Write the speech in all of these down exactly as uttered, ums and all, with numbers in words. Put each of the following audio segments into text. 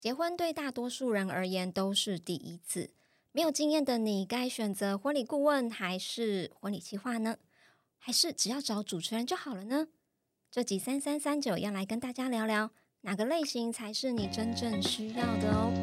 结婚对大多数人而言都是第一次，没有经验的你该选择婚礼顾问还是婚礼企划呢？还是只要找主持人就好了呢？这集三三三九要来跟大家聊聊哪个类型才是你真正需要的哦。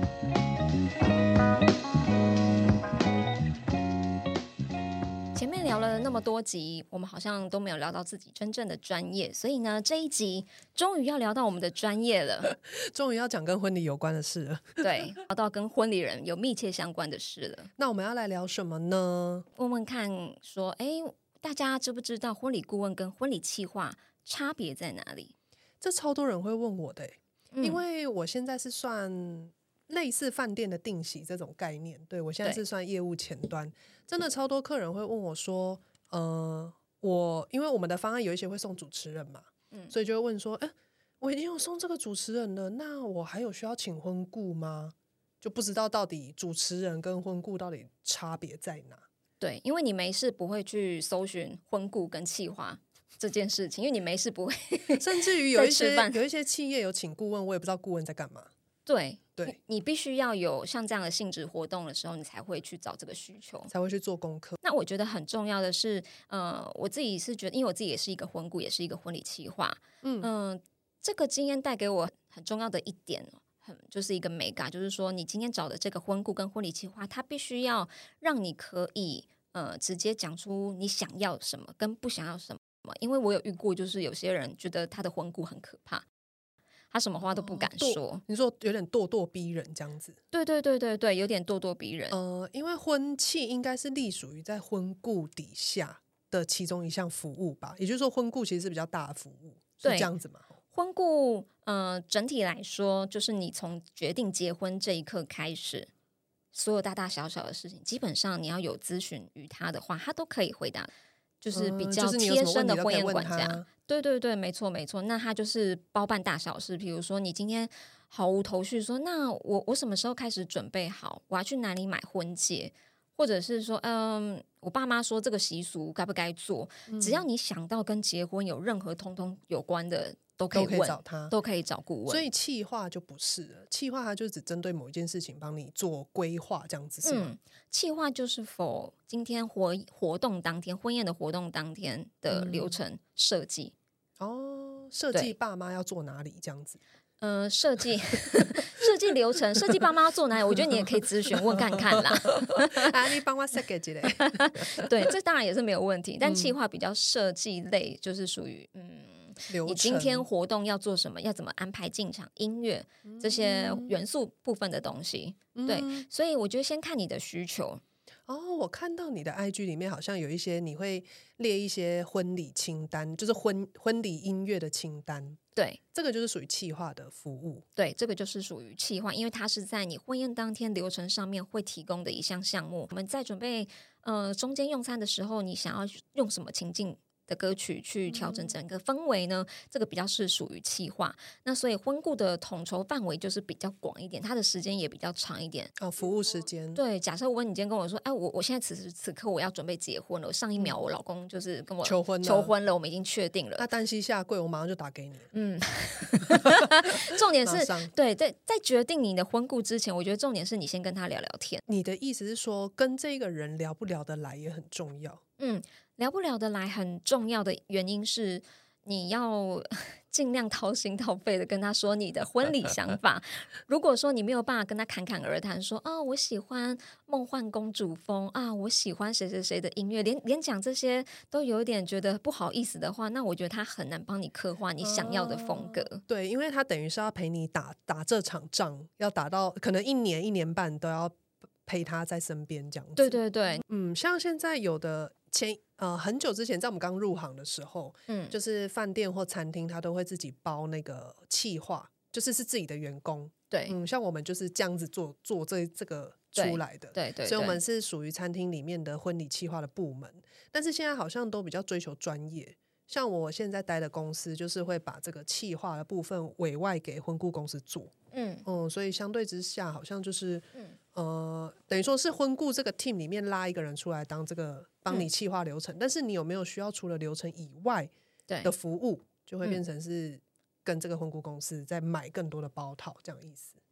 前面聊了那么多集，我们好像都没有聊到自己真正的专业，所以呢，这一集终于要聊到我们的专业了， 终于要讲跟婚礼有关的事了。 对，聊到跟婚礼人有密切相关的事了。 那我们要来聊什么呢？ 问问看说，哎，大家知不知道婚礼顾问跟婚礼企划差别在哪里？ 这超多人会问我的、欸嗯、 因为我现在是算类似饭店的定席这种概念，对，我现在是算业务前端，真的超多客人会问我说，呃，我因为我们的方案有一些会送主持人嘛，嗯、所以就会问说，哎、欸，我已经有送这个主持人了，那我还有需要请婚顾吗？就不知道到底主持人跟婚顾到底差别在哪。 对，因为你没事不会去搜寻婚顾跟企划这件事情，因为你没事不会甚至于有一些有一些企业有请顾问，我也不知道顾问在干嘛。 对对， 你, 你必须要有像这样的性质活动的时候，你才会去找这个需求， 才会去做功课。 那我觉得很重要的是，呃，我自己是觉得，因为我自己也是一个婚顾，也是一个婚礼企划，嗯、呃，这个经验带给我很重要的一点，很就是一个美感，就是说，你今天找的这个婚顾跟婚礼企划，它必须要让你可以呃直接讲出你想要什么跟不想要什么。因为我有遇过，就是有些人觉得他的婚顾很可怕。他什么话都不敢说、 哦、你说有点咄咄逼人这样子。 对对对对对，有点咄咄逼人。 呃，因为婚企应该是隶属于在婚顾底下的其中一项服务吧，也就是说婚顾其实是比较大的服务，是这样子吗？ 婚顾呃，整体来说就是你从决定结婚这一刻开始，所有大大小小的事情基本上你要有咨询于他的话，他都可以回答，就是比较贴身的婚宴管家、嗯、对对对，没错没错。那他就是包办大小事，比如说你今天毫无头绪说，那我我什么时候开始准备好，我要去哪里买婚戒，或者是说嗯，我爸妈说这个习俗该不该做、嗯、只要你想到跟结婚有任何通通有关的都可以问， 都可以找他， 都可以找顾问。所以企划就不是了，企划它就只针对某一件事情帮你做规划，这样子是吗？嗯， 企划就是否今天活活动当天，婚宴的活动当天的流程设计、 嗯、哦，设计爸妈要做哪里这样子。 呃，设计设计流程，设计爸妈要做哪里，我觉得你也可以咨询问看看啦。 啊，你帮我设计一下。 对，这当然也是没有问题，但企划比较设计类，就是属于嗯。你今天活动要做什么，要怎么安排进场，音乐这些元素部分的东西、嗯、对，所以我觉得先看你的需求。 哦，我看到你的 I G 里面好像有一些你会列一些婚礼清单，就是婚婚礼音乐的清单。 对， 这个就是属于企划的服务。 对，这个就是属于企划，因为它是在你婚宴当天流程上面会提供的一项项目。我们在准备呃中间用餐的时候，你想要用什么情境的歌曲去调整整个氛围呢、嗯、这个比较是属于企划。那所以婚顾的统筹范围就是比较广一点，它的时间也比较长一点。 哦，服务时间。 对，假设我你今天跟我说，哎，我我现在此时此刻我要准备结婚了，我上一秒我老公就是跟我求婚了， 求婚了，我们已经确定了。 那单膝下跪，我马上就打给你。 嗯，重点是对在在决定你的婚顾之前，我觉得重点是你先跟他聊聊天。 你的意思是说，跟这个人聊不聊得来也很重要？ 嗯。聊不聊得来很重要的原因是你要尽量掏心掏肺的跟他说你的婚礼想法。如果说你没有办法跟他侃侃而谈说啊、哦，我喜欢梦幻公主风啊，我喜欢谁谁谁的音乐，连连讲这些都有点觉得不好意思的话，那我觉得他很难帮你刻画你想要的风格、哦、 对，因为他等于是要陪你打打这场仗，要打到可能一年一年半都要陪他在身边这样子。 对对对， 嗯，像现在有的前呃很久之前，在我们刚入行的时候，嗯，就是饭店或餐厅，他都会自己包那个企划，就是是自己的员工。 对， 嗯，像我们就是这样子做做这这个出来的。 对 对, 对, 对， 所以我们是属于餐厅里面的婚礼企划的部门，但是现在好像都比较追求专业。像我现在待的公司，就是会把这个企划的部分委外给婚顾公司做。嗯嗯，所以相对之下，好像就是，嗯、呃，等于说是婚顾这个 team 里面拉一个人出来当这个帮你企划流程、嗯，但是你有没有需要除了流程以外的服务，就会变成是跟这个婚顾公司再买更多的包套这样的意思。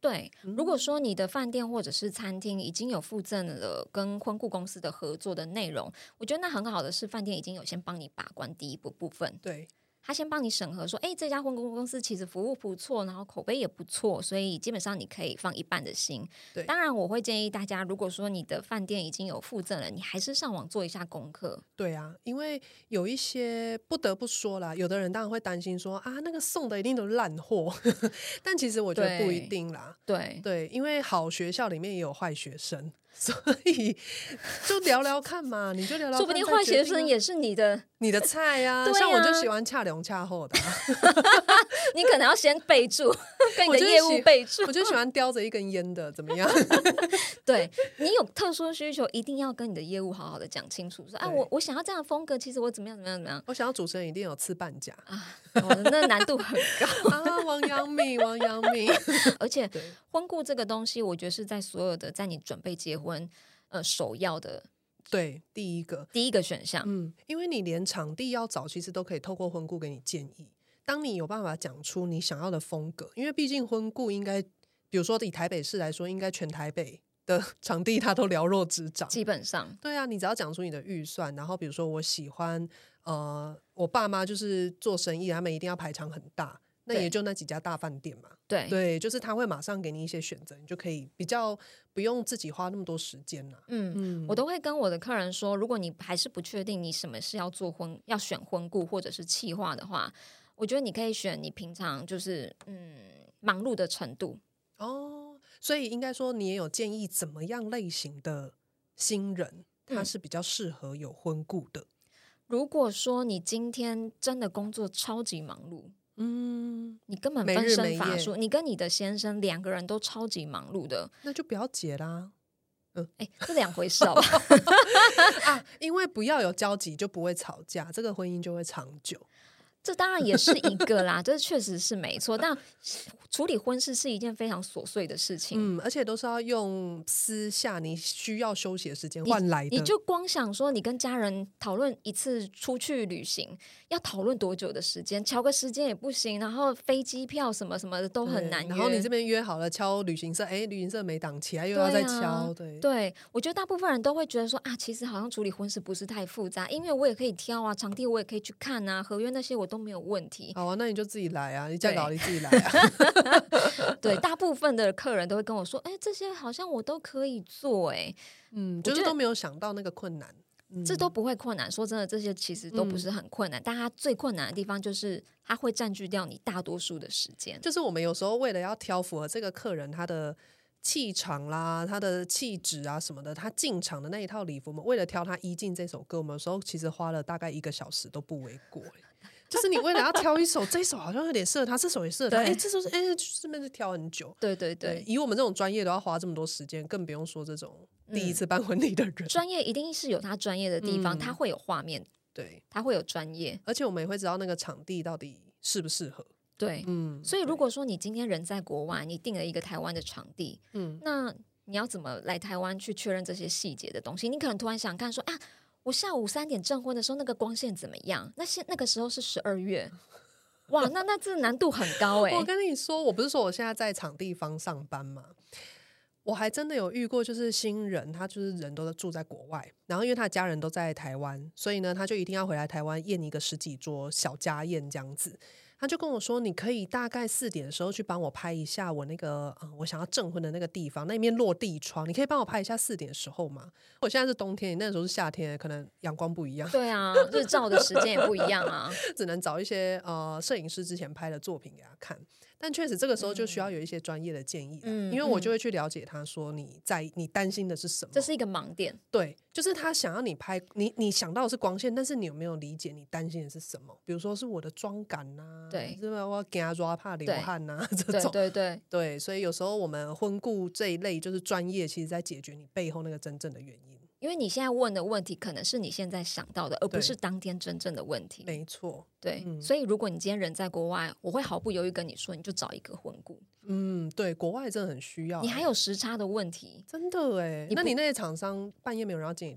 对，如果说你的饭店或者是餐厅已经有附赠了跟婚顾公司的合作的内容，我觉得那很好的是饭店已经有先帮你把关第一步部分， 对， 他先帮你审核说，哎，这家婚顾公司其实服务不错，然后口碑也不错，所以基本上你可以放一半的心。 对， 当然我会建议大家，如果说你的饭店已经有附赠了，你还是上网做一下功课。 对啊，因为有一些不得不说啦，有的人当然会担心说啊，那个送的一定都是烂货，但其实我觉得不一定啦。 对对，因为好学校里面也有坏学生。所以就聊聊看嘛，你就聊聊看， 说不定坏学生也是你的你的菜啊。 对啊， 像我就喜欢恰凉恰后的、啊， 你可能要先备注，跟你的业务备注。 我就喜欢叼着一根烟的，怎么样？ 对，你有特殊需求，一定要跟你的业务好好的讲清楚，说啊，我我想要这样的风格，其实我怎么样怎么样怎么样。 我想要主持人一定有刺半甲啊，我的那难度很高啊，王阳明，王阳明。 而且婚顾这个东西，我觉得是在所有的在你准备结婚。呃，首要的对第一个第一个选项， 嗯，因为你连场地要找，其实都可以透过婚顾给你建议。当你有办法讲出你想要的风格，因为毕竟婚顾应该，比如说以台北市来说，应该全台北的场地他都了若指掌， 基本上对啊，你只要讲出你的预算，然后比如说我喜欢，呃，我爸妈就是做生意，他们一定要排场很大。那也就那几家大饭店嘛， 对对，就是他会马上给你一些选择，你就可以比较不用自己花那么多时间啦。 嗯嗯，我都会跟我的客人说，如果你还是不确定你什么是要做婚要选婚顾或者是企划的话，我觉得你可以选你平常就是嗯忙碌的程度哦。所以应该说你也有建议怎么样类型的新人他是比较适合有婚顾的、嗯、 如果说你今天真的工作超级忙碌， 嗯， 你根本分身乏术，你跟你的先生两个人都超级忙碌的， 那就不要结啦。 嗯，哎，这两回事好吧啊，因为不要有交集就不会吵架，这个婚姻就会长久。 这当然也是一个啦，这确实是没错。但处理婚事是一件非常琐碎的事情， 嗯，而且都是要用私下你需要休息的时间换来的你。你就光想说，你跟家人讨论一次出去旅行要讨论多久的时间，敲个时间也不行，然后飞机票什么什么的都很难约。 然后你这边约好了敲旅行社，哎，旅行社没档期，又要再敲。对、啊、 对, 对，我觉得大部分人都会觉得说啊，其实好像处理婚事不是太复杂，因为我也可以挑啊，场地我也可以去看啊，合约那些我都没有问题。 好啊，那你就自己来啊，你嫁搞你自己来啊。 对，大部分的客人都会跟我说，哎，这些好像我都可以做、欸，哎， 嗯，就是都没有想到那个困难。 嗯、这都不会困难，说真的，这些其实都不是很困难、嗯、但它最困难的地方就是它会占据掉你大多数的时间。 就是我们有时候为了要挑符合这个客人他的气场啦，他的气质啊什么的，他进场的那一套礼服，我们为了挑他一进这首歌，我们有时候其实花了大概一个小时都不为过。就是你为了要挑一首，这一首好像有点适合他，这首也适合他，哎，这首是哎，这边是挑很久。 对对 对, 对，以我们这种专业都要花这么多时间，更不用说这种第一次办婚礼的人。嗯、 专业一定是有他专业的地方，嗯、他会有画面， 对， 他会有专业， 而且我们也会知道那个场地到底适不适合。 对，嗯，所以如果说你今天人在国外，你订了一个台湾的场地，嗯，那你要怎么来台湾去确认这些细节的东西？你可能突然想看说啊。我下午三点证婚的时候，那个光线怎么样？那现那个时候是十二月，哇，那那这难度很高哎、欸。 我跟你说，我不是说我现在在场地方上班吗？我还真的有遇过，就是新人，他就是人都住在国外，然后因为他的家人都在台湾，所以呢，他就一定要回来台湾宴一个十几桌小家宴这样子。他就跟我说，你可以大概四点的时候去帮我拍一下我那个、呃、我想要证婚的那个地方，那边落地窗，你可以帮我拍一下四点的时候吗？我现在是冬天，你那时候是夏天，可能阳光不一样。 对啊，日照的时间也不一样啊。 只能找一些呃摄影师之前拍的作品给他看。但确实这个时候就需要有一些专业的建议、嗯、因为我就会去了解他说你在你担心的是什么， 这是一个盲点。 对，就是他想要你拍你你想到的是光线，但是你有没有理解你担心的是什么？比如说是我的妆感啊， 对， 是不是我给他抓怕流汗啊这种， 对对对对，所以有时候我们婚顾这一类就是专业，其实在解决你背后那个真正的原因。 因为你现在问的问题可能是你现在想到的，而不是当天真正的问题。 没错， 对、嗯，所以如果你今天人在国外，我会毫不犹豫跟你说，你就找一个婚顾。 嗯，对，国外真的很需要、欸。 你还有时差的问题， 真的哎，那你那些厂商半夜没有人要接你电话、欸？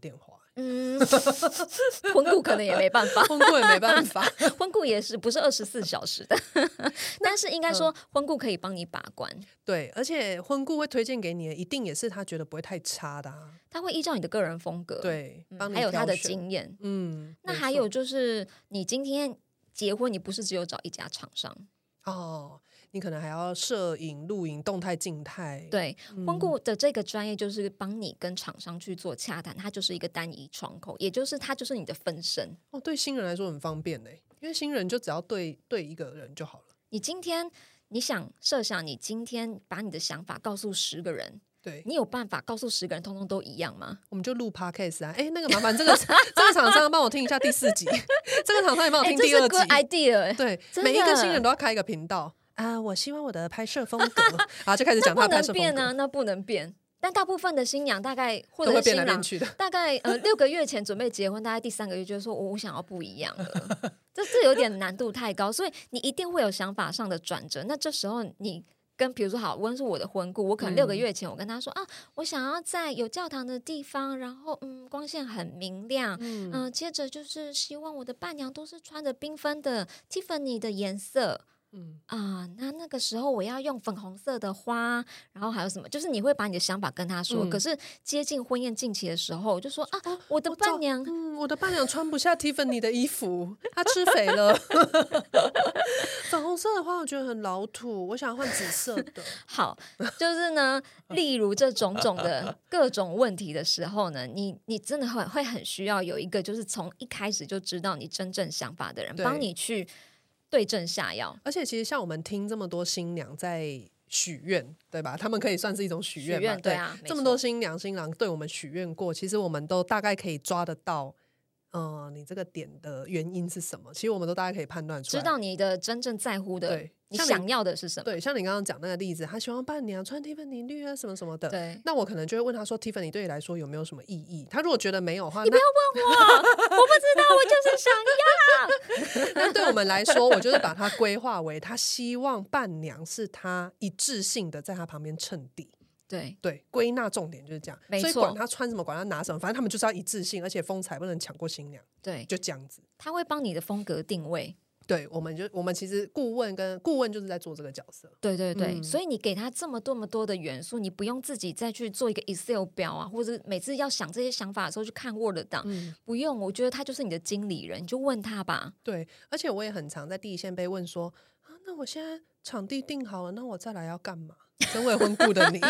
嗯，婚顾可能也没办法， 婚顾也没办法， 婚顾也是不是二十四小时的，但是应该说婚顾可以帮你把关。 对，而且婚顾会推荐给你的，一定也是他觉得不会太差的、啊， 他会依照你的个人风格， 对，帮嗯、 你还有他的挑选经验。 嗯， 那还有就是你今天结婚，你不是只有找一家厂商哦，你可能还要摄影、录影、动态、静态。 对， 嗯婚顾的这个专业就是帮你跟厂商去做洽谈，它就是一个单一窗口，也就是它就是你的分身。 哦，对新人来说很方便呢，因为新人就只要对对一个人就好了。 你今天你想设想，你今天把你的想法告诉十个人， 对， 你有办法告诉十个人通通都一样吗？ 我们就录 podcast 啊，哎，那个麻烦这个这个厂商帮我听一下第四集，这个厂商也帮我听第二集。 欸、这是 good idea，欸、 对， 真的每一个新人都要开一个频道啊、呃，我希望我的拍摄风格，然后就开始讲他的拍摄风格。 那不能变啊，那不能变。但大部分的新娘大概或者都会变是新郎来变去的， 大概呃六个月前准备结婚，大概第三个月就说、哦、我想要不一样了，这这有点难度太高，所以你一定会有想法上的转折。那这时候你跟比如说好，无论是我的婚顾，我可能六个月前我跟他说、嗯、啊，我想要在有教堂的地方，然后嗯光线很明亮，嗯、呃，接着就是希望我的伴娘都是穿着缤纷的 Tiffany 的颜色。嗯啊、呃，那那个时候我要用粉红色的花，然后还有什么？就是你会把你的想法跟他说。嗯、可是接近婚宴近期的时候，我就说啊，哦、我的伴娘， 我嗯，我的伴娘穿不下 Tiffany 的衣服，她吃肥了。粉红色的花我觉得很老土，我想换紫色的。 好，就是呢，例如这种种的各种问题的时候呢，你你真的会会很需要有一个，就是从一开始就知道你真正想法的人，帮你去。对症下药， 而且其实像我们听这么多新娘在许愿，对吧？他们可以算是一种许愿吧？ 对啊， 这么多新娘新郎对我们许愿过，其实我们都大概可以抓得到，嗯、呃，你这个点的原因是什么？其实我们都大概可以判断出来， 知道你的真正在乎的， 对， 你想要的是什么？ 对，像你刚刚讲那个例子，他希望伴娘穿 Tiffany 绿啊什么什么的， 对， 那我可能就会问他说 ，Tiffany 对你来说有没有什么意义？他如果觉得没有的话， 你不要问我，我不知道，我就是想要。 那对我们来说，我就是把它规划为他希望伴娘是他一致性的在他旁边衬底。 对对，归纳重点就是这样， 没错。 所以管他穿什么，管他拿什么，反正他们就是要一致性，而且风采不能抢过新娘。 对， 就这样子。 他会帮你的风格定位。 对，我们就我们其实顾问跟顾问就是在做这个角色。 对对对、 嗯， 所以你给他这么多么多的元素，你不用自己再去做一个 Excel 表啊，或者每次要想这些想法的时候去看 Word 档、嗯，不用。我觉得他就是你的经理人，你就问他吧。 对，而且我也很常在第一线被问说啊，那我现在场地定好了，那我再来要干嘛？身为婚顾的你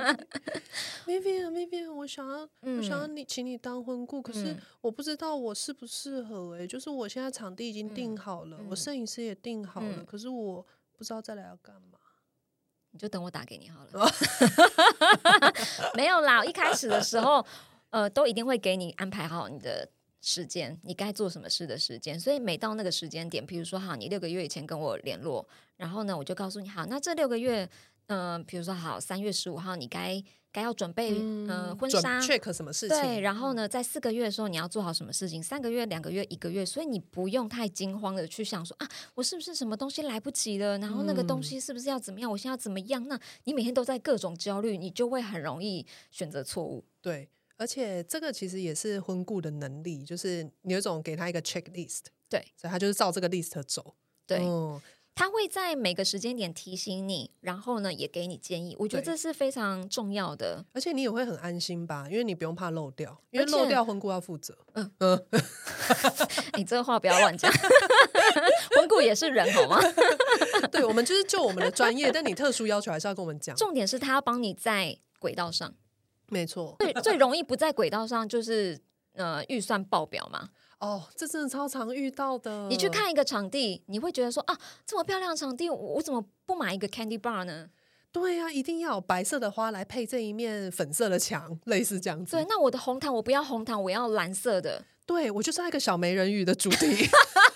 ，Vivian Vivian， 我想要、嗯、我想要你请你当婚顾，可是我不知道我适不适合哎、欸，就是我现在场地已经定好了，嗯、我摄影师也定好了、嗯，可是我不知道再来要干嘛。 你就等我打给你好了。没有啦，一开始的时候，呃，都一定会给你安排好你的时间，你该做什么事的时间。所以每到那个时间点，比如说好，你六个月以前跟我联络，然后呢，我就告诉你好，那这六个月。嗯、呃，比如说好，三月十五号你该该要准备、嗯、呃婚纱 check 什么事情？ 对，然后呢，在四个月的时候你要做好什么事情？三个月、两个月、一个月，所以你不用太惊慌的去想说啊，我是不是什么东西来不及了？然后那个东西是不是要怎么样？我现在要怎么样？那你每天都在各种焦虑，你就会很容易选择错误。 对，而且这个其实也是婚顾的能力，就是你有一种给他一个 checklist， 对， 所以他就是照这个 list 走。 对。 嗯， 他会在每个时间点提醒你，然后呢也给你建议，我觉得这是非常重要的。 而且你也会很安心吧，因为你不用怕漏掉，因为漏掉婚顾要负责。嗯嗯，你这个话不要乱讲，婚顾也是人好吗？ 对，我们就是就我们的专业，但你特殊要求还是要跟我们讲。 重点是他要帮你在轨道上， 没错。 最最容易不在轨道上就是呃预算爆表嘛。 哦，这真的超常遇到的。 你去看一个场地，你会觉得说啊，这么漂亮的场地，我, 我怎么不买一个 candy bar 呢？ 对啊，一定要有白色的花来配这一面粉色的墙，类似这样子。 对，那我的红毯我不要红毯，我要蓝色的。 对，我就是那个小美人鱼的主题。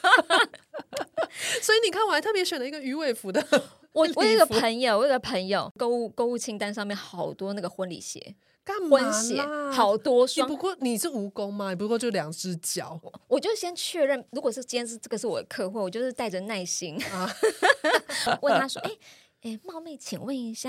所以你看，我还特别选了一个鱼尾服的。 我我有一个朋友，我有一个朋友购物购物清单上面好多那个婚礼鞋。 干嘛啦？ 婚鞋好多双， 你不过你是蜈蚣吗？你不过就两只脚。 我, 我就先确认，如果是今天是这个是我的客户，我就是带着耐心、啊、问他说：“哎、欸、哎，冒昧请问一下，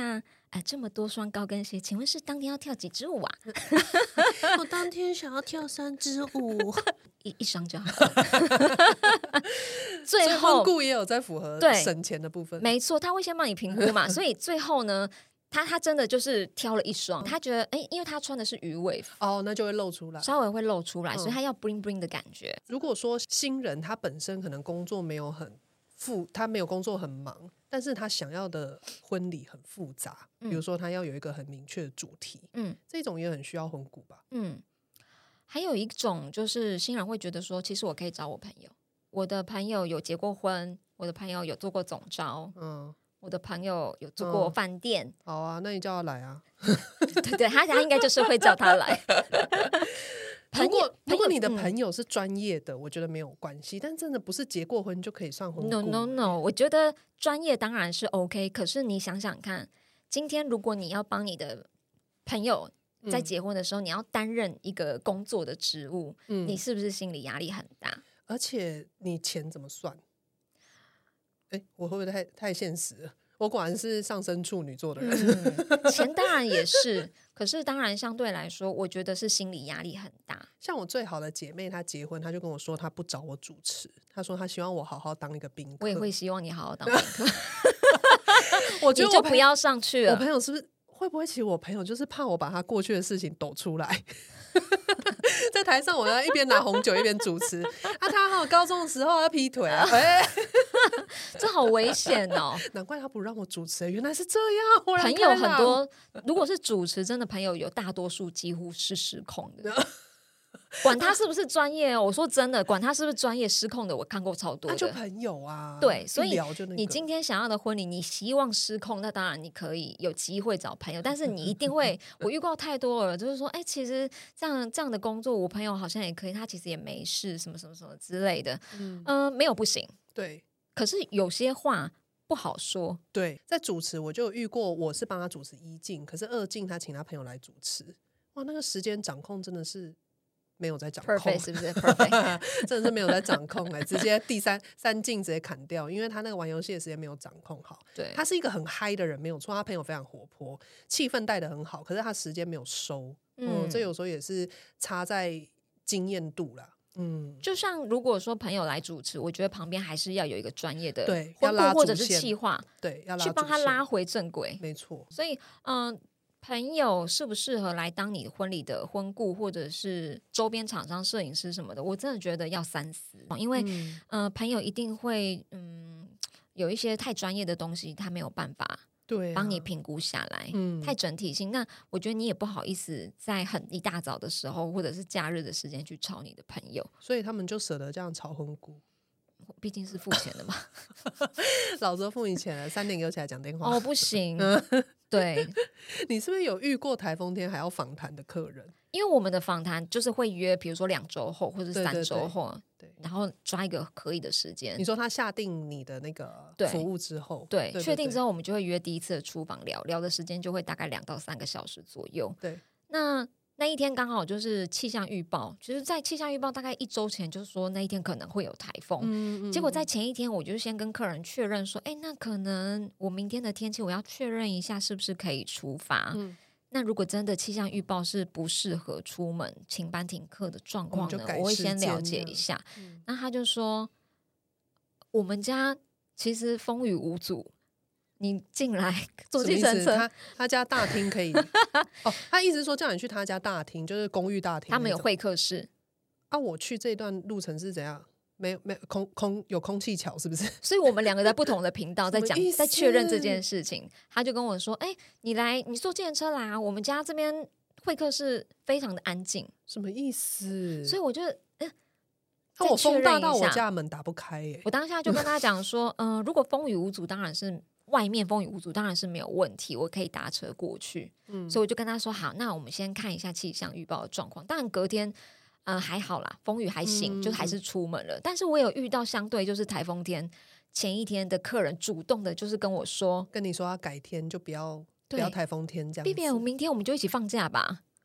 哎，这么多双高跟鞋，请问是当天要跳几支舞啊？ 我当天想要跳三支舞， 一一双就好了。最后婚顾也有在符合省钱的部分， 没错，他会先帮你评估嘛，所以最后呢，他他真的就是挑了一双，他觉得哎，因为他穿的是鱼尾服哦，那就会露出来， 稍微会露出来， 嗯、 所以他要 bling bling 的感觉。 如果说新人他本身可能工作没有很复，他没有工作很忙，但是他想要的婚礼很复杂，嗯、比如说他要有一个很明确的主题，嗯，这种也很需要婚顾吧。 嗯，还有一种就是新人会觉得说，其实我可以找我朋友，我的朋友有结过婚，我的朋友有做过总召，嗯。我的朋友有做过饭店、嗯、 好啊，那你叫他来啊。 对对，他他应该就是会叫他来。 如果如果你的朋友是专业的、嗯、我觉得没有关系，但真的不是结过婚就可以算婚顾。 No No No， 我觉得专业当然是 OK， 可是你想想看，今天如果你要帮你的朋友在结婚的时候、嗯、你要担任一个工作的职务、嗯、你是不是心理压力很大？ 而且你钱怎么算？哎，我会不会太太现实了？我果然是上升处女座的人、 嗯、钱当然也是，可是当然相对来说我觉得是心理压力很大。 像我最好的姐妹她结婚，她就跟我说她不找我主持，她说她希望我好好当一个宾客。 我也会希望你好好当宾客。 我觉得我你就不要上去了。 我朋友是不是会不会其实我朋友就是怕我把他过去的事情抖出来？在台上我要一边拿红酒一边主持啊，他好高中的时候要劈腿啊，欸、 这好危险哦！ 难怪他不让我主持，原来是这样。我朋友很多，如果是主持真的朋友，有大多数几乎是失控的。管他是不是专业哦，我说真的，管他是不是专业，失控的我看过超多的。 那就朋友啊， 对，所以你今天想要的婚礼，你希望失控，那当然你可以有机会找朋友，但是你一定会，我遇过太多了，就是说，哎、欸，其实这样这样的工作，我朋友好像也可以，他其实也没事，什么什么什么之类的，嗯、呃，没有不行， 对， 可是有些话不好说。 对，在主持我就有遇过，我是帮他主持一进，可是二进他请他朋友来主持，哇，那个时间掌控真的是。没有在掌控 perfect 是不是 perfect 真的是没有在掌控、欸、直接第三三进直接砍掉，因为他那个玩游戏的时间没有掌控好。 对， 他是一个很嗨的人没有错，他朋友非常活泼，气氛带得很好，可是他时间没有收。 嗯, 嗯，这有时候也是差在经验度啦。嗯， 就像如果说朋友来主持，我觉得旁边还是要有一个专业的对要拉或者是企划， 对，要拉去帮他拉回正轨。 没错， 所以嗯、呃朋友适不适合来当你婚礼的婚顾，或者是周边厂商、摄影师什么的，我真的觉得要三思，因为、嗯呃、朋友一定会嗯有一些太专业的东西，他没有办法对帮你评估下来、 嗯、 太整体性。那我觉得你也不好意思在很一大早的时候或者是假日的时间去吵你的朋友， 所以他们就舍得这样吵婚顾。 毕竟是付钱的嘛。 老子付你钱了，三点给我起来讲电话。 哦，不行。对， 你是不是有遇过台风天还要访谈的客人？ 因为我们的访谈就是会约，比如说两周后或者三周后， 对对对， 然后抓一个可以的时间。 你说他下定你的那个服务之后， 对，确定之后，我们就会约第一次的厨房聊聊的时间，就会大概两到三个小时左右。 对， 那那一天刚好就是气象预报，就是在气象预报大概一周前就是说那一天可能会有台风、嗯嗯、结果在前一天我就先跟客人确认说，哎，那可能我明天的天气我要确认一下是不是可以出发、嗯、那如果真的气象预报是不适合出门停班停课的状况呢， 我, 我会先了解一下、嗯、那他就说我们家其实风雨无阻，你进来坐计程车， 他他家大厅可以哦，他一直说叫你去他家大厅，就是公寓大厅， 他们有会客室啊。我去这段路程是怎样？没有没有空空有空气桥是不是？ 所以我们两个在不同的频道在讲，在确认这件事情。他就跟我说：“哎、欸，你来，你坐计程车来啊，我们家这边会客室非常的安静。” 什么意思？ 所以我就嗯。 那、啊、我风大到我家门打不开耶、欸！ 我当下就跟他讲说，嗯、呃，如果风雨无阻，当然是外面风雨无阻，当然是没有问题，我可以搭车过去。嗯，所以我就跟他说，好，那我们先看一下气象预报的状况。当然隔天，呃，还好啦，风雨还行，嗯、就还是出门了。但是我有遇到相对就是台风天前一天的客人，主动的就是跟我说， 跟你说他改天就不要不要台风天这样子。 B B， 我明天我们就一起放假吧。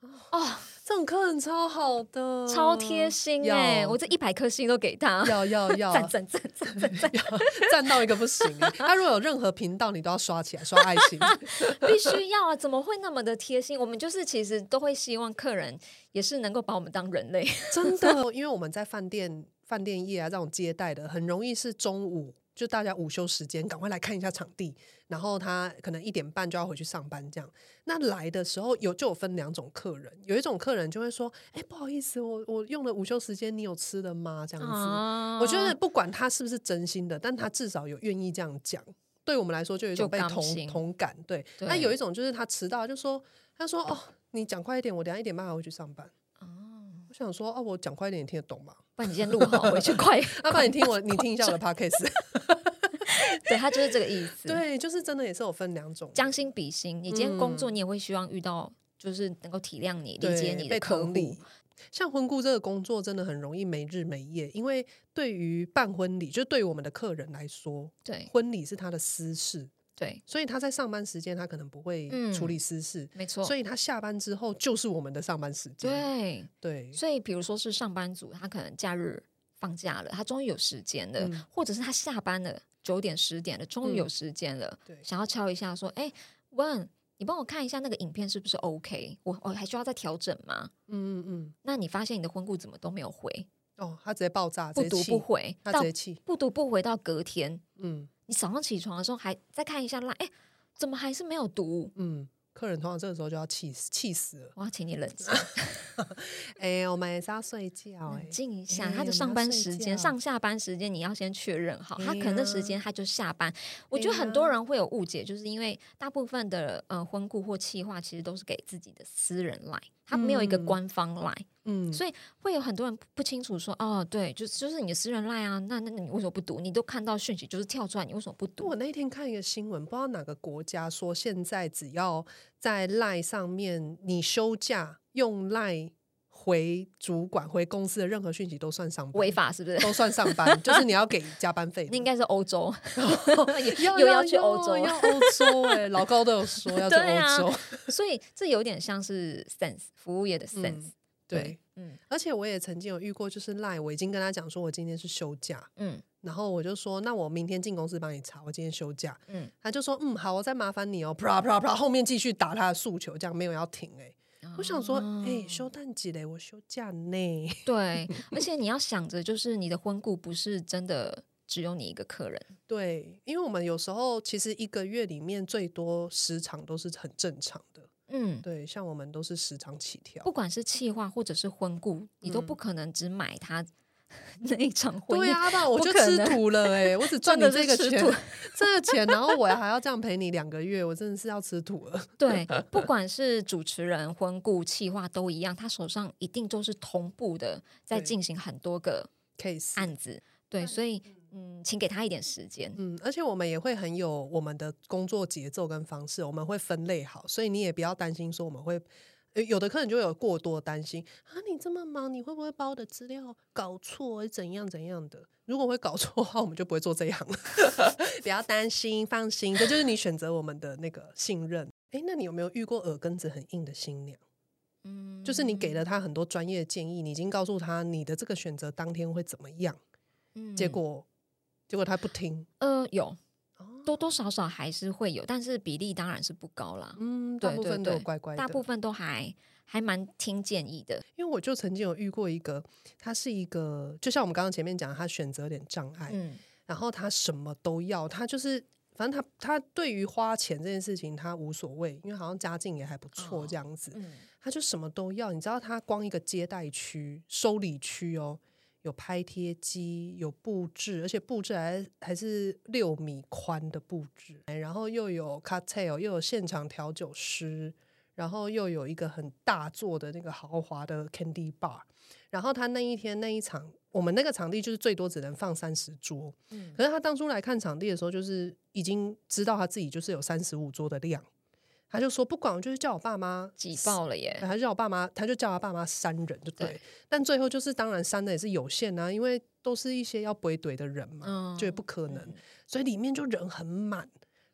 哦， 这种客人超好的， 超贴心哎、欸！我这一百颗星都给他， 要要要赞赞赞赞赞赞， 赞到一个不行、欸。他如果有任何频道，你都要刷起来，刷爱心， 必须要啊！怎么会那么的贴心？我们就是其实都会希望客人也是能够把我们当人类， 真的，因为我们在饭店饭店业啊这种接待的，很容易是中午。就大家午休时间赶快来看一下场地，然后他可能一点半就要回去上班这样。那来的时候有就有分两种客人，有一种客人就会说哎、欸，不好意思，我我用了午休时间，你有吃的吗这样子、啊、我觉得不管他是不是真心的，但他至少有愿意这样讲，对我们来说就有一种被同同感。对，那有一种就是他迟到就说他说哦，你讲快一点，我等一下一点半还回去上班。我想说哦，我讲快一点你听得懂吗？ 不然你先录好回去快要、啊、不然你听我你听一下我的 podcast 对，他就是这个意思。 对，就是真的也是有分两种， 将心比心。你今天工作，你也会希望遇到就是能够体谅你、理解你的客户。 像婚顾这个工作真的很容易没日没夜，因为对于办婚礼，就对于我们的客人来说， 对， 婚礼是他的私事。 对， 所以他在上班时间他可能不会处理私事、嗯、 没错， 所以他下班之后就是我们的上班时间。 对对， 所以比如说是上班族，他可能假日放假了，他终于有时间了、嗯、或者是他下班了九点十点了，终于有时间了、嗯、想要敲一下说哎，问你帮我看一下那个影片是不是 OK， 我, 我还需要再调整吗？嗯嗯嗯。那你发现你的婚顾怎么都没有回哦，他直接爆炸， 不读不回， 他直接气， 不读不回到隔天，嗯，你早上起床的时候还再看一下 LINE， 哎，怎么还是没有读？ 嗯，客人通常这个时候就要气死，气死了。 我要请你冷静。 哎、欸，我们也是要睡觉、欸， 冷静一下。欸、他的上班时间、上下班时间，你要先确认好。欸、他可能那时间他就下班。欸、我觉得很多人会有误解，就是因为大部分的呃婚顾或企划其实都是给自己的私人 LINE， 他没有一个官方 LINE。嗯，所以会有很多人不清楚说，哦，对，就就是你的私人 LINE 啊，那那你为什么不读？你都看到讯息就是跳出来，你为什么不读？ 我那天看一个新闻，不知道哪个国家说，现在只要在 LINE 上面你休假用 LINE 回主管回公司的任何讯息都算上班， 违法是不是？ 都算上班，就是你要给加班费。 那应该是欧洲， 又又要去欧洲， 要欧洲哎、欸，老高都有说要去欧洲、 啊，所以这有点像是 sense 服务业的 sense。嗯对，对嗯，而且我也曾经有遇过，就是 LINE 我已经跟他讲说我今天是休假，嗯，然后我就说那我明天进公司帮你查，我今天休假，嗯，他就说嗯好，我再麻烦你哦，啪啪啪，后面继续打他的诉求，这样没有要停哎、欸哦，我想说哎、欸，休淡季嘞，我休假呢， 对，而且你要想着就是你的婚顾不是真的只有你一个客人， 对，因为我们有时候其实一个月里面最多时长都是很正常的。嗯，对，像我们都是时常起跳， 不管是企划或者是婚顾，你都不可能只买他那一场婚宴。 对啊，不然我就吃土了哎、欸，我只赚你这个钱，这个钱，然后我还要这样陪你两个月，我真的是要吃土了。 对，不管是主持人、婚顾、企划都一样，他手上一定都是同步的在进行很多个 case 案子。对，所以嗯，请给他一点时间。 嗯，而且我们也会很有我们的工作节奏跟方式，我们会分类好，所以你也不要担心说我们会，有的客人就会有过多担心啊，你这么忙，你会不会把我的资料搞错，怎样怎样的？如果会搞错的话，我们就不会做这一行了。不要担心，放心，这就是你选择我们的那个信任。哎，那你有没有遇过耳根子很硬的新娘？嗯，就是你给了他很多专业的建议，你已经告诉他你的这个选择当天会怎么样。嗯、结果结果他不听， 呃，有多多少少还是会有，但是比例当然是不高啦。 嗯，大部分都有乖乖的， 大部分都还还蛮听建议的。 因为我就曾经有遇过一个，他是一个，就像我们刚刚前面讲，他选择有点障碍，嗯，然后他什么都要，他就是反正他他对于花钱这件事情他无所谓，因为好像家境也还不错这样子，哦嗯、他就什么都要。你知道他光一个接待区、收礼区哦。有拍贴机，有布置，而且布置还还是六米宽的布置，然后又有 cocktail， 又有现场调酒师，然后又有一个很大座的那个豪华的 candy bar。然后他那一天那一场，我们那个场地就是最多只能放三十桌，嗯，可是他当初来看场地的时候，就是已经知道他自己就是有三十五桌的量。他就说不管，我就是叫我爸妈挤爆了耶， 他就叫我爸妈，他就叫他爸妈删人就 对, 对，但最后就是当然删的也是有限啊，因为都是一些要背对的人嘛，嗯、就也不可能，嗯、所以里面就人很满，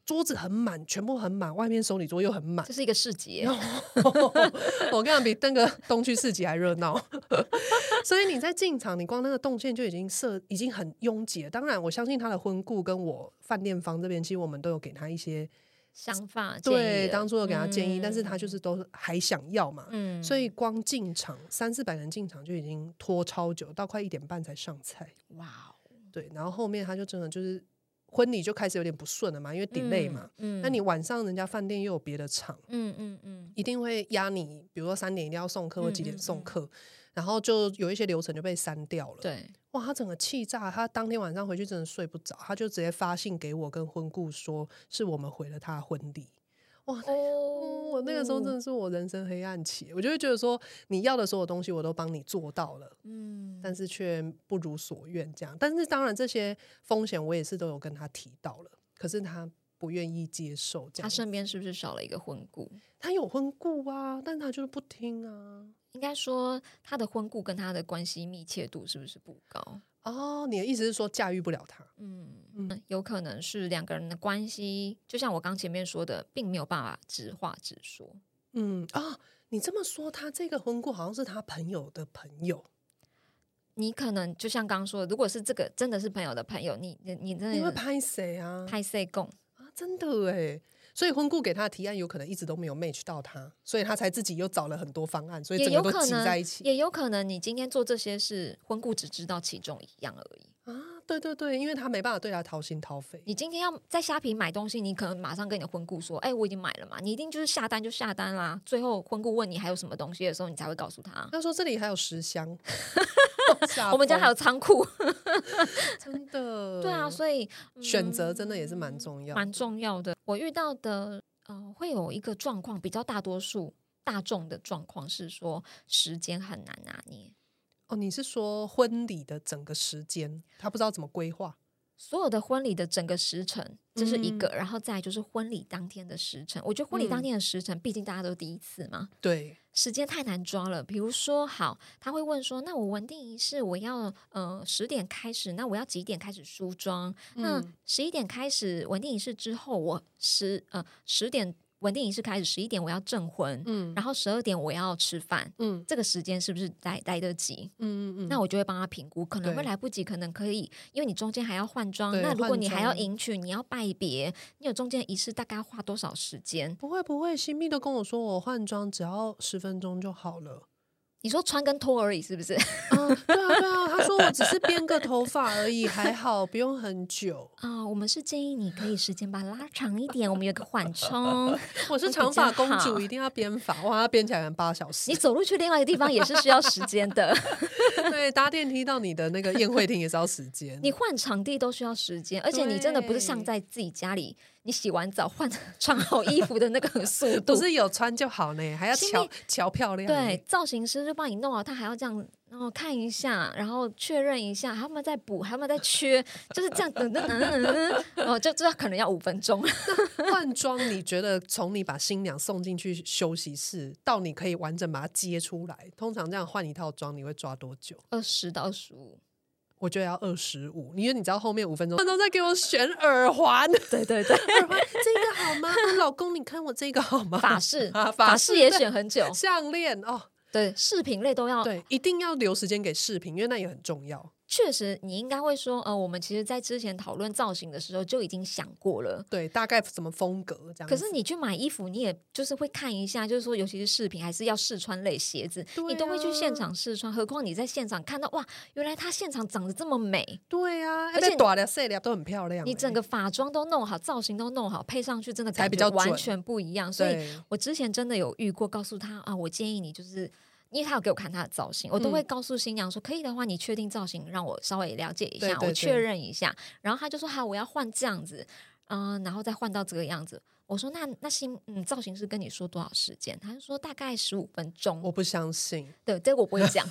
桌子很满，全部很满，外面手礼桌又很满， 这是一个市集耶我跟你讲比那个东区市集还热闹所以你在进场，你光那个动线就已经设已经很拥挤了。当然我相信他的婚顾跟我饭店方这边其实我们都有给他一些想法， 对，当初有给他建议、 嗯、 但是他就是都还想要嘛、 嗯、 所以光进场三四百人进场就已经拖超久，到快一点半才上菜。 哇、wow、 对，然后后面他就真的就是婚礼就开始有点不顺了嘛，因为 delay 嘛、嗯嗯、那你晚上人家饭店又有别的场，嗯嗯嗯，一定会压你，比如说三点一定要送客或几点送客、嗯嗯嗯，然后就有一些流程就被删掉了。 对，哇， 他整个气炸，他当天晚上回去真的睡不着，他就直接发信给我跟婚顾说是我们毁了他的婚礼。哇、哦，我那个时候真的是我人生黑暗期，我就会觉得说你要的所有东西我都帮你做到了，嗯，但是却不如所愿这样。但是当然这些风险我也是都有跟他提到了，可是他不愿意接受这样。 他身边是不是少了一个婚顾？ 他有婚顾啊，但他就是不听啊。 应该说他的婚顾跟他的关系密切度是不是不高？ 哦，你的意思是说驾驭不了他？ 嗯嗯，有可能是两个人的关系，就像我刚前面说的，并没有办法直话直说。 嗯啊，你这么说，他这个婚顾好像是他朋友的朋友。 你可能就像刚刚说的，如果是这个真的是朋友的朋友，你你你真的你会拍谁啊？ 拍谁供啊？真的耶。所以婚顾给他的提案有可能一直都没有 match 到他，所以他才自己又找了很多方案，所以整个都挤在一起。 也有可能你今天做这些事，婚顾只知道其中一样而已啊。对对对，因为他没办法对他掏心掏肺。 你今天要在虾皮买东西，你可能马上跟你的婚顾说，哎、欸，我已经买了嘛，你一定就是下单就下单啦。最后婚顾问你还有什么东西的时候，你才会告诉他。 他说这里还有十箱我们家还有仓库真的。 对啊，所以、 嗯、选择真的也是蛮重要蛮重要的。我遇到的呃，会有一个状况，比较大多数大众的状况是说时间很难拿捏。 哦，你是说婚礼的整个时间他不知道怎么规划？ 所有的婚礼的整个时程，这是一个、嗯、然后再来就是婚礼当天的时程。我觉得婚礼当天的时程、嗯、毕竟大家都第一次嘛， 对， 时间太难抓了。比如说好，他会问说，那我文定仪式我要呃十点开始，那我要几点开始梳妆、嗯、那十一点开始文定仪式之后，我十呃十点文定仪式开始，十一点我要证婚，嗯，然后十二点我要吃饭，嗯，这个时间是不是来来得及？嗯嗯嗯，那我就会帮他评估，可能会来不及，可能可以，因为你中间还要换装，那如果你还要迎娶，你要拜别，你有中间仪式大概要花多少时间？ 不会不会，新密都跟我说，我换装只要十分钟就好了。 你说穿跟脱而已是不是？ 嗯，对啊对啊，他说我只是编个头发而已，还好不用很久啊、呃。我们是建议你可以时间把它拉长一点，我们有个缓冲。 我是长发公主，一定要编发，哇，它编起来很八小时。 你走路去另外一个地方也是需要时间的。 对，搭电梯到你的那个宴会厅也是要时间。 你换场地都需要时间，而且你真的不是像在自己家里。你洗完澡换穿好衣服的那个速度， 不是有穿就好呢，还要瞧瞧漂亮。 对，造型师就帮你弄好，他还要这样，然后看一下，然后确认一下，还有没有在补，还有没有在缺，就是这样等等等等，然后就这可能要五分钟。 换装，你觉得从你把新娘送进去休息室到你可以完整把它接出来，通常这样换一套装你会抓多久？ 二十到二十五。 我觉得要二十五，因为你知道后面五分钟都在给我选耳环， 对对对， 耳环这个好吗？老公，你看我这个好吗？ 法式，啊、法式也选很久， 项链哦， 对，饰品类都要， 对，一定要留时间给饰品，因为那也很重要。 确实，你应该会说，呃，我们其实在之前讨论造型的时候就已经想过了， 对，大概什么风格这样子。 可是你去买衣服，你也就是会看一下，就是说，尤其是饰品，还是要试穿类鞋子，啊、你都会去现场试穿。何况你在现场看到，哇，原来他现场长得这么美， 对啊，而且短的、细的都很漂亮、欸。 你整个发妆都弄好，造型都弄好，配上去真的感觉完全不一样。所以我之前真的有遇过，告诉他啊，我建议你就是。因为他有给我看他的造型，我都会告诉新娘说、嗯、可以的话你确定造型让我稍微了解一下，对对对，我确认一下，然后他就说好，我要换这样子、呃、然后再换到这个样子。我说那那新嗯造型师跟你说多少时间？他就说大概十五分钟。 我不相信， 对，这个我不会讲。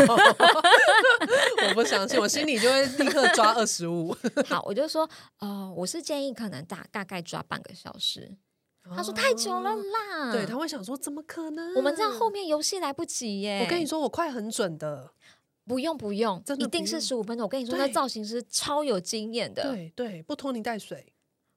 我不相信，我心里就会立刻抓二十五。 好，我就说呃，我是建议可能大大概抓半个小时。他说太久了啦、 哦、对，他会想说怎么可能， 我们这样后面游戏来不及耶。 我跟你说我快很准的， 不用不用，真的一定是十五分钟。我跟你说那造型师超有经验的， 对对，不拖泥带水。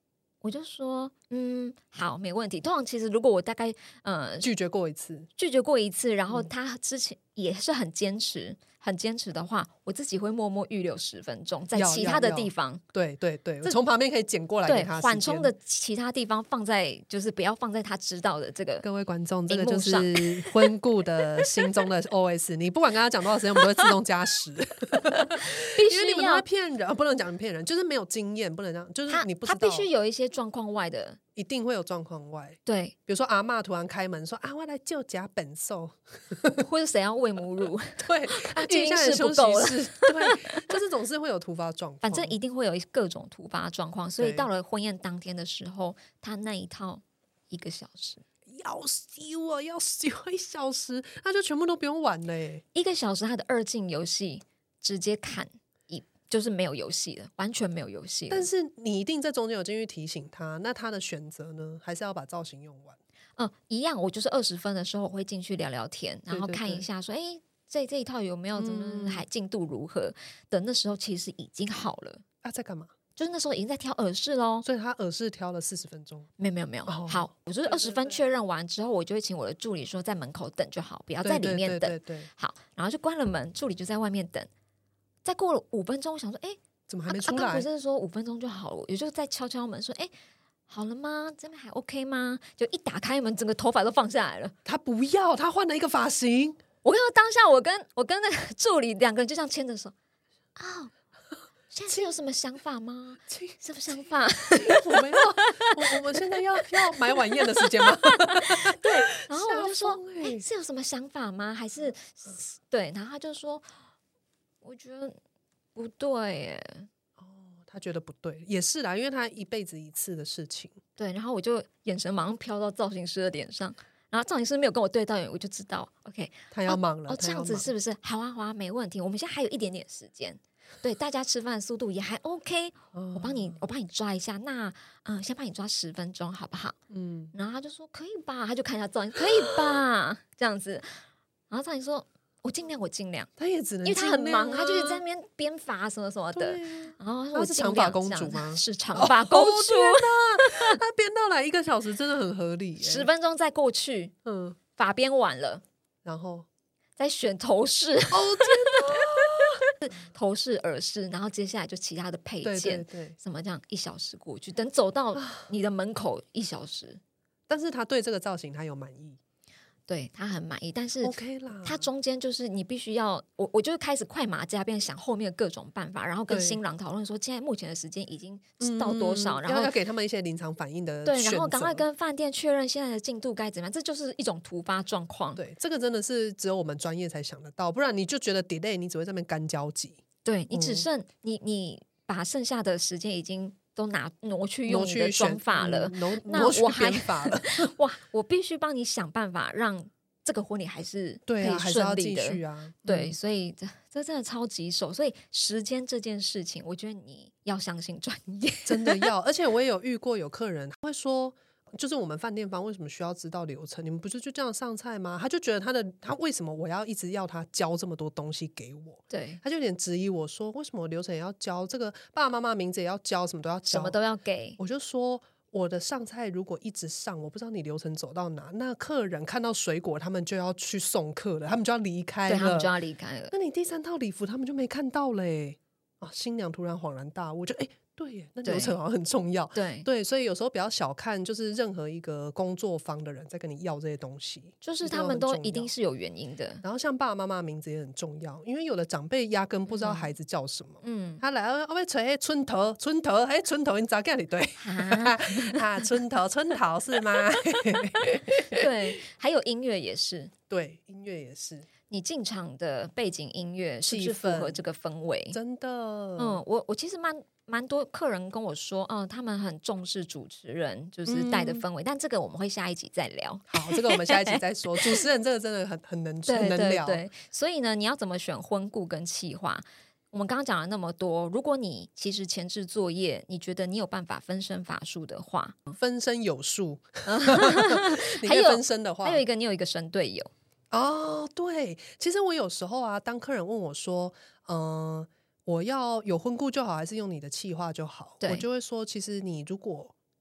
我就说嗯好没问题。通常其实如果我大概呃拒绝过一次， 拒绝过一次，然后他之前也是很坚持很坚持的话，我自己会默默预留十分钟在其他的地方。 对对对，从旁边可以捡过来给他对缓冲的其他地方放在，就是不要放在他知道的这个。 各位观众，这个就是婚顾的心中的 O S 你不管跟他讲多少时间，我们都会自动加时必须因为你们都在骗人、哦、不能讲骗人，就是没有经验，不能这样，就是你不知道他必须有一些状况外的， 一定会有状况外。 对， 比如说阿嬷突然开门说啊，我来救甲本寿， 或者谁要喂母乳对， 育婴室不够够了， 对，就是总是会有突发状况， 反正一定会有各种突发状况，所以到了婚宴当天的时候，他那一套一个小时要修啊，要修一小时，那就全部都不用玩了耶。 一个小时他的二进游戏直接砍一，就是没有游戏了，完全没有游戏了。 但是你一定在中间有进去提醒他，那他的选择呢，还是要把造型用完。 嗯，一样，我就是二十分的时候我会进去聊聊天，然后看一下说，哎，这这一套有没有怎么还进度如何？等那时候其实已经好了啊，在干嘛？ 就是那时候已经在挑耳饰咯， 所以他耳饰挑了四十分钟。 没有没有没有、哦、好，我就是二十分确认完之后，我就会请我的助理说在门口等就好，不要在里面等。 对对对对对， 好，然后就关了门，助理就在外面等。再过了五分钟，我想说，哎， 怎么还没出来？ 刚、啊啊、不是说五分钟就好了，我就再敲敲门说，哎，好了吗？这边还 OK 吗？就一打开门，整个头发都放下来了。 他不要，他换了一个发型。 我看到当下，我跟我跟那个助理两个人就这样牵着手，哦。现在是有什么想法吗？什么想法？ 我们要我，我们现在要要买晚宴的时间吗？ 对，然后我就说，欸，是有什么想法吗？还是对？然后他就说，我觉得不对耶。 哦，他觉得不对，也是啦，因为他一辈子一次的事情。 对，然后我就眼神马上飘到造型师的脸上，然后造型师没有跟我对到眼，我就知道 ，OK， 他要忙了。 哦，这样子是不是？好啊，好啊，没问题。我们现在还有一点点时间。对，大家吃饭的速度也还 OK，、哦、我帮你，我帮你抓一下。那嗯，先帮你抓十分钟，好不好？嗯，然后他就说可以吧，他就看一下造型，可以吧，这样子。然后造型说，我尽量，我尽量。 他也只能、啊， 因为他很忙，他就是在那边编发什么什么的。然后他是长发公主吗？ 是长发公主。 哦、他编到来一个小时，真的很合理。 十分钟再过去，嗯，发编完了， 然后再选头饰。 哦天哪！ 头饰、耳饰，然后接下来就其他的配件， 对对对， 什么这样一小时过去，等走到你的门口一小时。 但是他对这个造型他有满意， 对他很满意，但是 OK 啦， 他中间就是你必须要，我我就开始快马加鞭想后面的各种办法，然后跟新郎讨论说，现在目前的时间已经到多少，嗯、然后要给他们一些临场反应的对，然后赶快跟饭店确认现在的进度该怎么样，这就是一种突发状况。 对，这个真的是只有我们专业才想得到，不然你就觉得 delay， 你只会在那边干焦急。 对你只剩、嗯、你你把剩下的时间已经都拿挪去用你的妆发了， 嗯、 那我还发了哇，我必须帮你想办法让这个婚礼还是可以顺利的， 对啊，还是要继续啊。 对，所以这这真的超棘手。所以时间这件事情，我觉得你要相信专业， 真的要。而且我也有遇过有客人他会说，就是我们饭店方为什么需要知道流程？你们不是就这样上菜吗？他就觉得他的他为什么我要一直要他教这么多东西给我？ 对， 他就有点质疑我说，为什么我流程也要教？这个爸爸妈妈名字也要教，什么都要教， 什么都要给。 我就说，我的上菜如果一直上，我不知道你流程走到哪，那客人看到水果，他们就要去送客了，他们就要离开了， 对，他们就要离开了。 那你第三套礼服他们就没看到嘞、啊、新娘突然恍然大悟，就哎。对耶，那流程好像很重要。 对对，所以有时候不要小看，就是任何一个工作坊的人在跟你要这些东西， 就是他们都一定是有原因的。 然后像爸爸妈妈名字也很重要，因为有的长辈压根不知道孩子叫什么。嗯，他来我要吹春头，春头，哎，春头你咋干你对？啊，春头，春桃是吗？ 对，还有音乐也是， 对，音乐也是。 你进场的背景音乐是不是符合这个氛围？ 真的， 嗯，我我其实蛮蛮多客人跟我说，嗯，他们很重视主持人就是带的氛围、嗯，但这个我们会下一集再聊。 好，这个我们下一集再说。主持人这个真的很很能很能聊， 对对对。所以呢，你要怎么选婚顾跟企划？我们刚刚讲了那么多，如果你其实前置作业，你觉得你有办法分身乏术的话， 分身有术，你可以分身的话， 还有一个你有一个神队友。 哦，对，其实我有时候啊，当客人问我说，嗯、呃，我要有婚顾就好，还是用你的企划就好？我就会说，其实你如果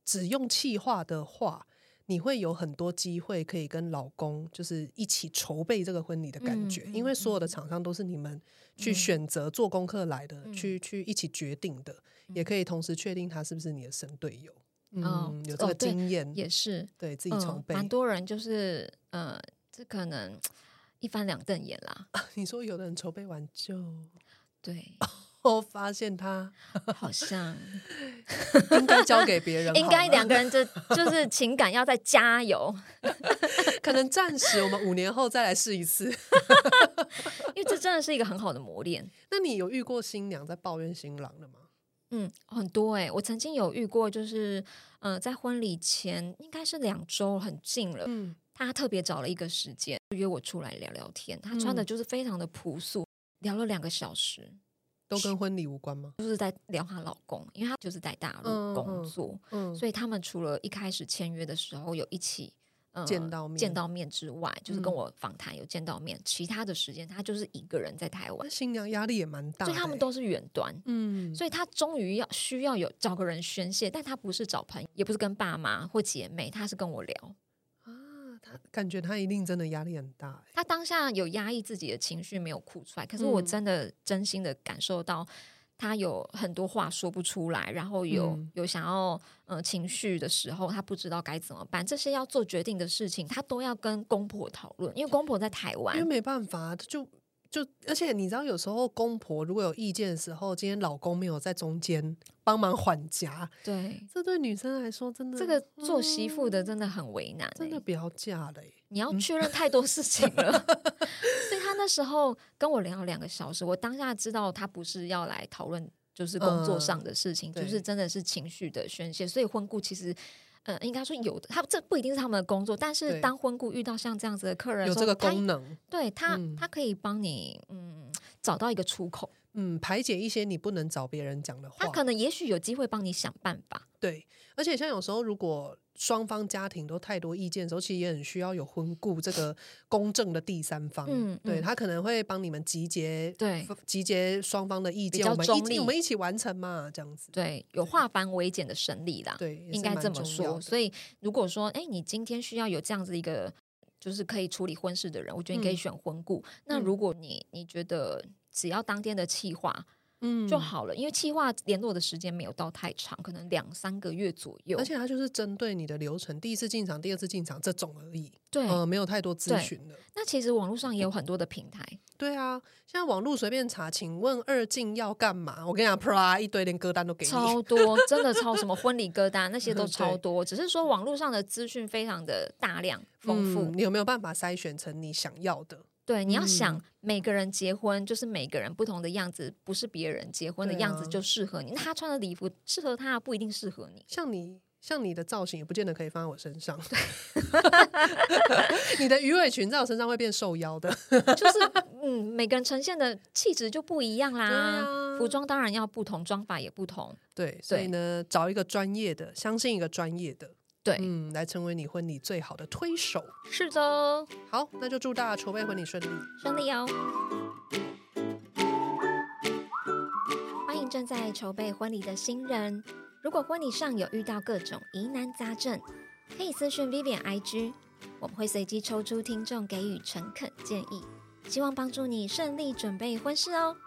只用企划的话，你会有很多机会可以跟老公就是一起筹备这个婚礼的感觉、嗯、因为所有的厂商都是你们去选择做功课来的、嗯、去去一起决定的、嗯、也可以同时确定他是不是你的神队友。嗯、哦，有这个经验、哦、 也是对自己筹备。 蛮、嗯、多人就是呃，这可能一翻两瞪眼啦、 啊、你说有的人筹备完就对我发现他好像应该交给别人， 应该两个人就就是情感要再加油可能暂时我们五年后再来试一次因为这真的是一个很好的磨练。 那你有遇过新娘在抱怨新郎的吗？ 嗯，很多哎、欸，我曾经有遇过，就是呃，在婚礼前应该是两周，很近了。嗯，他特别找了一个时间约我出来聊聊天，他穿的就是非常的朴素，嗯、聊了两个小时， 都跟婚礼无关吗？ 就是在聊她老公，因为她就是在大陆工作，嗯嗯嗯、所以他们除了一开始签约的时候有一起。呃、 见到面见到面之外，就是跟我访谈有见到面、嗯、其他的时间他就是一个人在台湾。 新娘压力也蛮大的、欸、 所以他们都是远端，嗯，所以他终于要需要有找个人宣泄，但他不是找朋友，也不是跟爸妈或姐妹，他是跟我聊啊。他感觉他一定真的压力很大、欸、 他当下有压抑自己的情绪没有哭出来，可是我真的真心的感受到他有很多话说不出来，然后有、嗯、有想要、呃、情绪的时候他不知道该怎么办，这些要做决定的事情他都要跟公婆讨论，因为公婆在台湾， 因为没办法就就而且你知道有时候公婆如果有意见的时候，今天老公没有在中间帮忙缓夹， 对， 这对女生来说真的这个做媳妇的真的很为难、欸、 真的不要嫁了、欸、 你要确认太多事情了、嗯、所以他那时候跟我聊两个小时，我当下知道他不是要来讨论就是工作上的事情、嗯、就是真的是情绪的宣泄，所以婚顾其实呃，应该说有的，他这不一定是他们的工作，但是当婚顾遇到像这样子的客人的时候， 有这个功能， 对他、嗯、他可以帮你嗯找到一个出口， 嗯，排解一些你不能找别人讲的话， 他可能也许有机会帮你想办法。 对，而且像有时候如果双方家庭都太多意见的时候，其实也很需要有婚顾这个公正的第三方，嗯，对，他可能会帮你们集结，对，集结双方的意见，我们一我们一起完成嘛，这样子， 对，有化繁为简的审理啦， 对， 应该这么说。所以如果说，哎，你今天需要有这样子一个就是可以处理婚事的人，我觉得你可以选婚顾、嗯、那如果你你觉得只要当天的企划嗯，就好了，因为企划联络的时间没有到太长，可能两三个月左右， 而且它就是针对你的流程，第一次进场第二次进场这种而已， 对、 呃、没有太多咨询的。 那其实网络上也有很多的平台， 对啊，现在网络随便查请问二进要干嘛，我跟你讲啪一堆连歌单都给你， 超多真的超什么婚礼歌单那些都超多只是说网络上的资讯非常的大量丰富、 嗯、你有没有办法筛选成你想要的？ 对，你要想、嗯、每个人结婚就是每个人不同的样子，不是别人结婚的样子就适合你、啊、那他穿的礼服适合他不一定适合你， 像你像你的造型也不见得可以放在我身上你的鱼尾裙在我身上会变瘦腰的就是嗯，每个人呈现的气质就不一样啦、啊、服装当然要不同，妆法也不同， 对，所以呢找一个专业的，相信一个专业的， 对， 嗯，来成为你婚礼最好的推手。 是的， 好，那就祝大家筹备婚礼顺利， 顺利哦。欢迎正在筹备婚礼的新人，如果婚礼上有遇到各种疑难杂症，可以私讯 Vivian I G， 我们会随机抽出听众给予诚恳建议，希望帮助你顺利准备婚事哦。